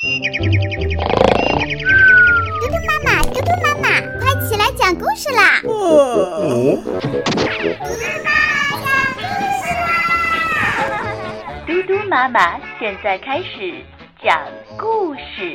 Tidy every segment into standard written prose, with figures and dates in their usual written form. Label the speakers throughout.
Speaker 1: 嘟嘟妈妈，嘟嘟妈妈，快起来讲故事啦！
Speaker 2: 嘟嘟妈妈现在开始讲故事。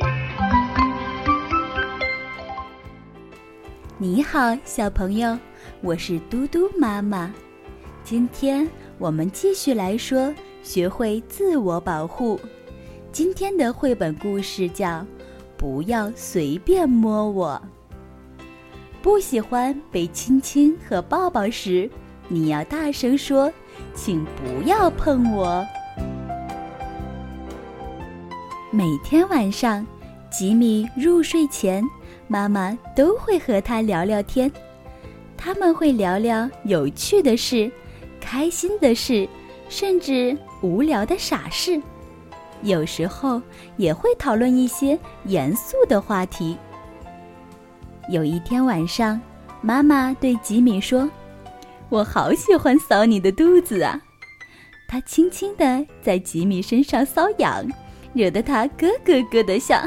Speaker 3: 你好，小朋友，我是嘟嘟妈妈。今天我们继续来说学会自我保护。今天的绘本故事叫《不要随便摸我》。不喜欢被亲亲和抱抱时，你要大声说：“请不要碰我。”每天晚上，吉米入睡前，妈妈都会和他聊聊天。他们会聊聊有趣的事、开心的事，甚至无聊的傻事。有时候也会讨论一些严肃的话题。有一天晚上，妈妈对吉米说：“我好喜欢搔你的肚子啊！”她轻轻地在吉米身上搔痒，惹得他咯咯咯地笑。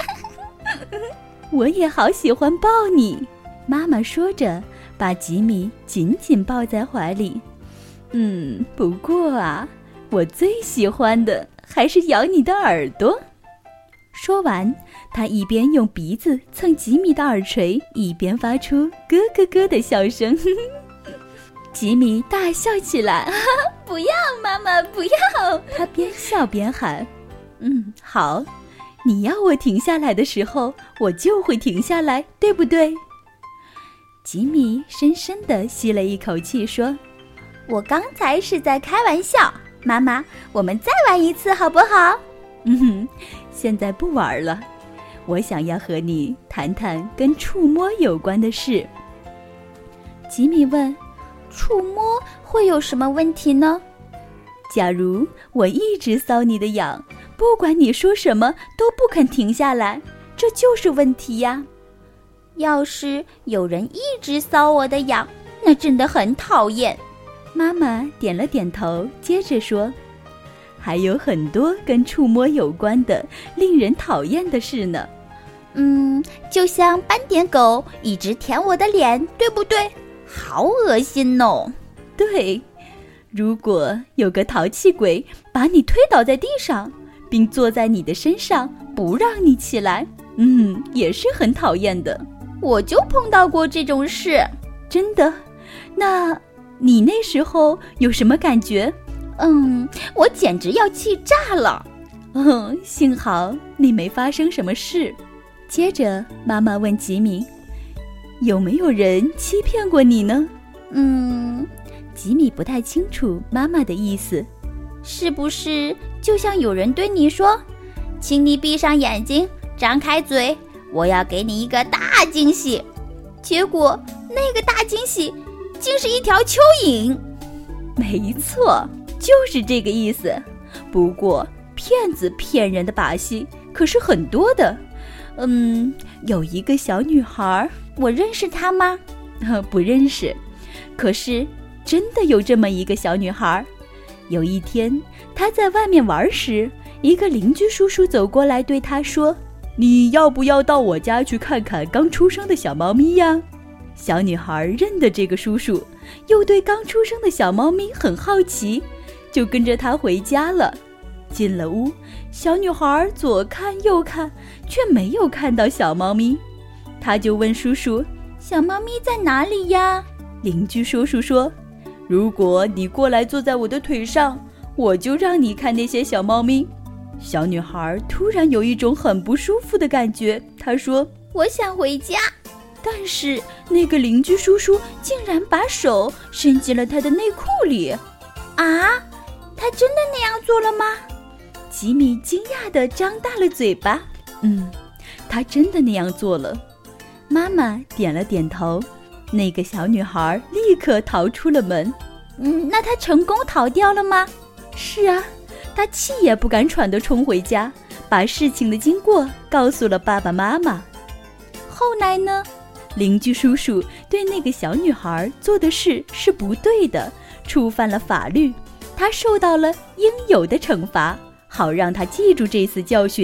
Speaker 3: 我也好喜欢抱你，妈妈说着，把吉米紧紧抱在怀里。不过啊，我最喜欢的还是咬你的耳朵。说完，他一边用鼻子蹭吉米的耳垂，一边发出咯咯咯的笑声。吉米大笑起来，不要，妈妈，不要！他边笑边喊：“好，你要我停下来的时候，我就会停下来，对不对？”吉米深深地吸了一口气，说：“我刚才是在开玩笑，妈妈，我们再玩一次好不好？”现在不玩了，我想要和你谈谈跟触摸有关的事。吉米问：“触摸会有什么问题呢？”假如我一直搔你的痒，不管你说什么都不肯停下来，这就是问题呀。要是有人一直搔我的痒，那真的很讨厌。妈妈点了点头，接着说：“还有很多跟触摸有关的令人讨厌的事呢。就像斑点狗一直舔我的脸，对不对？好恶心哦。”对，如果有个淘气鬼把你推倒在地上，并坐在你的身上不让你起来，也是很讨厌的。我就碰到过这种事。真的？那你那时候有什么感觉？我简直要气炸了。幸好你没发生什么事。接着妈妈问吉米：“有没有人欺骗过你呢？”吉米不太清楚妈妈的意思。是不是就像有人对你说：“请你闭上眼睛，张开嘴，我要给你一个大惊喜。”结果那个大惊喜竟是一条蚯蚓。没错，就是这个意思。不过骗子骗人的把戏可是很多的。有一个小女孩，我认识她吗？不认识。可是真的有这么一个小女孩。有一天，她在外面玩时，一个邻居叔叔走过来对她说：“你要不要到我家去看看刚出生的小猫咪呀？”小女孩认得这个叔叔，又对刚出生的小猫咪很好奇，就跟着他回家了。进了屋，小女孩左看右看，却没有看到小猫咪。她就问叔叔：“小猫咪在哪里呀？”邻居叔叔说：“如果你过来坐在我的腿上，我就让你看那些小猫咪。”小女孩突然有一种很不舒服的感觉，她说：“我想回家。”但是那个邻居叔叔竟然把手伸进了她的内裤里。啊，他真的那样做了吗？吉米惊讶地张大了嘴巴。他真的那样做了。妈妈点了点头。那个小女孩立刻逃出了门。那她成功逃掉了吗？是啊，她气也不敢喘地冲回家，把事情的经过告诉了爸爸妈妈。后来呢？邻居叔叔对那个小女孩做的事是不对的，触犯了法律，她受到了应有的惩罚，好让她记住这次教训。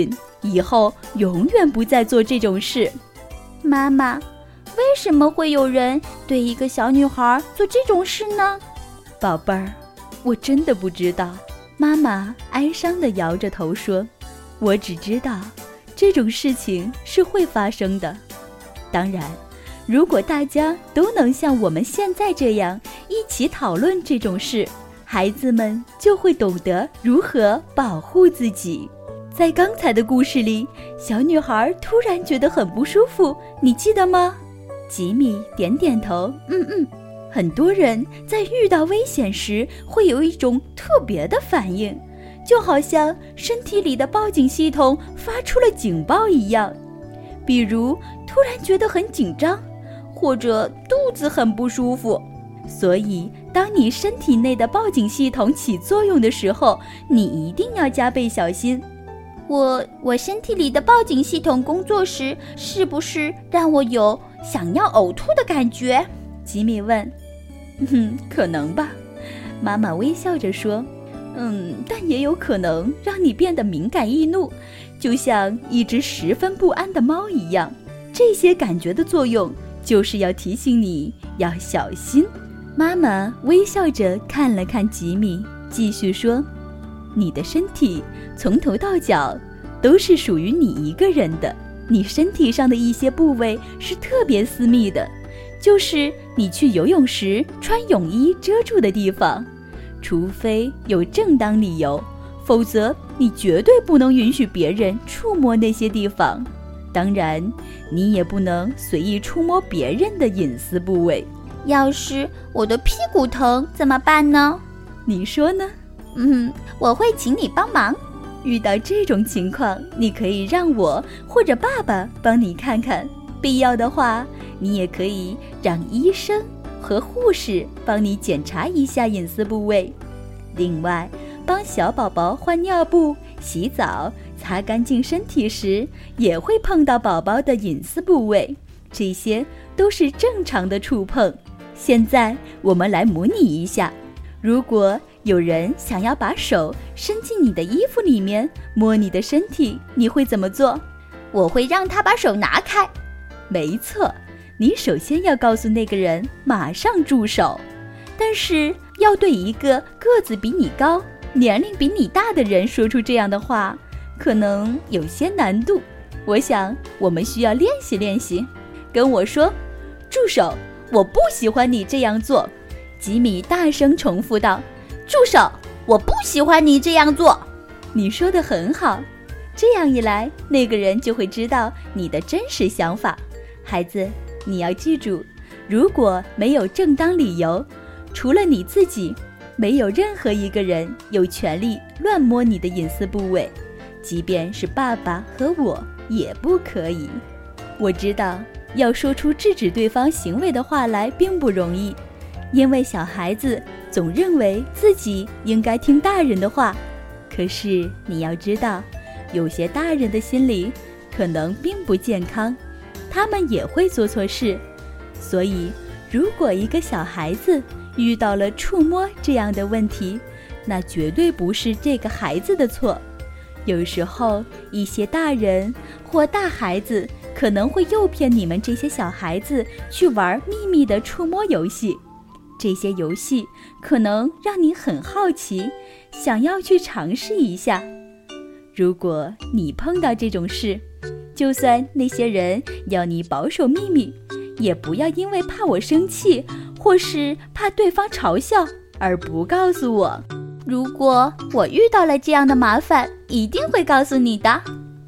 Speaker 3: 以后永远不再做这种事。
Speaker 1: 妈妈，为什么会有人对一个小女孩做这种事呢？
Speaker 3: 宝贝儿，我真的不知道。妈妈哀伤地摇着头说，我只知道这种事情是会发生的。当然，如果大家都能像我们现在这样一起讨论这种事，孩子们就会懂得如何保护自己。在刚才的故事里，小女孩突然觉得很不舒服，你记得吗？吉米点点头，很多人在遇到危险时会有一种特别的反应，就好像身体里的报警系统发出了警报一样。比如突然觉得很紧张，或者肚子很不舒服。所以当你身体内的报警系统起作用的时候，你一定要加倍小心。
Speaker 1: 我身体里的报警系统工作时，是不是让我有想要呕吐的感觉？
Speaker 3: 吉米问。可能吧，妈妈微笑着说。但也有可能让你变得敏感易怒，就像一只十分不安的猫一样。这些感觉的作用就是要提醒你要小心。妈妈微笑着看了看吉米，继续说，你的身体从头到脚都是属于你一个人的，你身体上的一些部位是特别私密的，就是你去游泳时穿泳衣遮住的地方，除非有正当理由，否则你绝对不能允许别人触摸那些地方。当然，你也不能随意触摸别人的隐私部位。
Speaker 1: 要是我的屁股疼怎么办呢？
Speaker 3: 你说呢？
Speaker 1: 我会请你帮忙。
Speaker 3: 遇到这种情况，你可以让我或者爸爸帮你看看，必要的话，你也可以让医生和护士帮你检查一下隐私部位。另外，帮小宝宝换尿布、洗澡、擦干净身体时，也会碰到宝宝的隐私部位，这些都是正常的触碰。现在我们来模拟一下，如果有人想要把手伸进你的衣服里面摸你的身体，你会怎么做？
Speaker 1: 我会让他把手拿开。
Speaker 3: 没错，你首先要告诉那个人马上住手，但是要对一个个子比你高、年龄比你大的人说出这样的话，可能有些难度。我想我们需要练习练习。跟我说，住手，我不喜欢你这样做。吉米大声重复道，
Speaker 1: 住手，我不喜欢你这样做。
Speaker 3: 你说得很好，这样一来，那个人就会知道你的真实想法。孩子，你要记住，如果没有正当理由，除了你自己，没有任何一个人有权利乱摸你的隐私部位，即便是爸爸和我也不可以。我知道要说出制止对方行为的话来并不容易，因为小孩子总认为自己应该听大人的话。可是你要知道，有些大人的心理可能并不健康，他们也会做错事。所以如果一个小孩子遇到了触摸这样的问题，那绝对不是这个孩子的错。有时候一些大人或大孩子可能会诱骗你们这些小孩子去玩秘密的触摸游戏，这些游戏可能让你很好奇，想要去尝试一下。如果你碰到这种事，就算那些人要你保守秘密，也不要因为怕我生气，或是怕对方嘲笑而不告诉我。
Speaker 1: 如果我遇到了这样的麻烦，一定会告诉你的。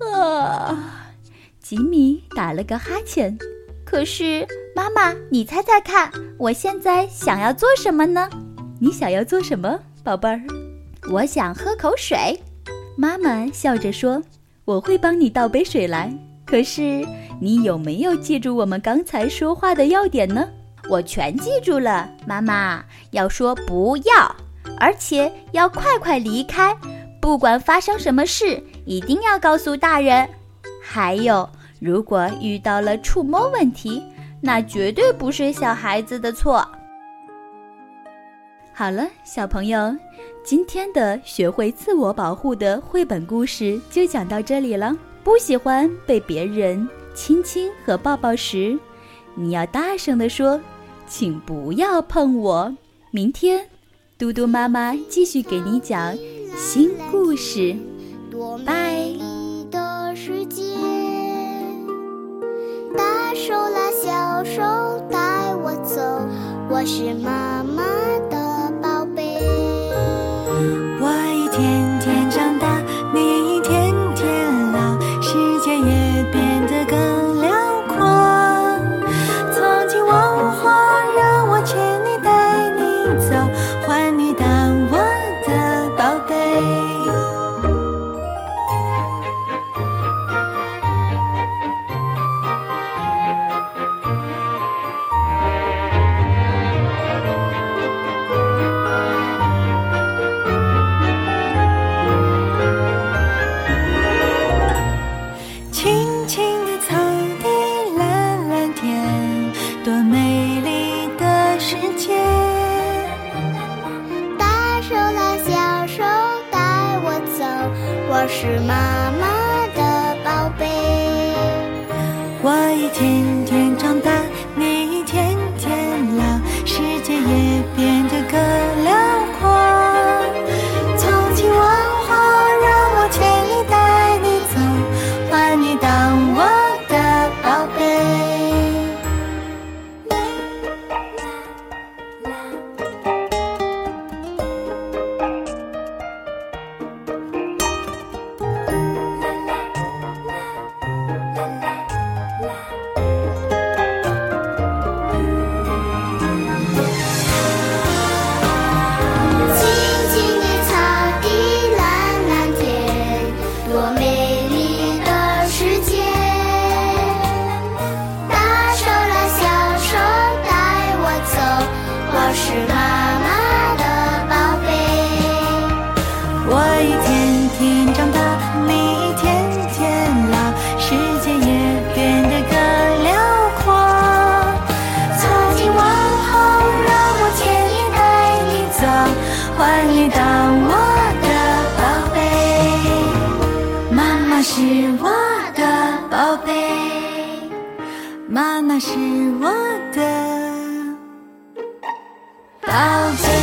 Speaker 3: 吉米打了个哈欠。
Speaker 1: 可是妈妈，你猜猜看，我现在想要做什么呢？
Speaker 3: 你想要做什么，宝贝儿？
Speaker 1: 我想喝口水。
Speaker 3: 妈妈笑着说，我会帮你倒杯水来。可是你有没有记住我们刚才说话的要点呢？
Speaker 1: 我全记住了，妈妈，要说不要，而且要快快离开，不管发生什么事，一定要告诉大人。还有，如果遇到了触摸问题，那绝对不是小孩子的错。
Speaker 3: 好了，小朋友，今天的学会自我保护的绘本故事就讲到这里了。 不喜欢被别人亲亲和抱抱时，你要大声地说，请不要碰我。明天嘟嘟妈妈继续给你讲新故事，拜。
Speaker 4: 大手拉小手带我走，我是妈妈的宝贝。
Speaker 5: 我一天天长大，你一天天老，世界也变得更辽阔。从今往后，让我牵你带你走，换你当我的宝贝。
Speaker 4: 我是妈妈的宝贝。
Speaker 5: 我一天天长大，你一天天老，世界也变得更辽阔。从今往后，让我牵你带你走，换你当我的宝贝。
Speaker 4: 是妈妈的宝贝。
Speaker 5: 我一天天长大，你一天天老，世界也变得更辽阔。从今往后，让我牵你带你走，换你当我的宝贝。妈妈是我的宝贝，妈妈是我的宝贝。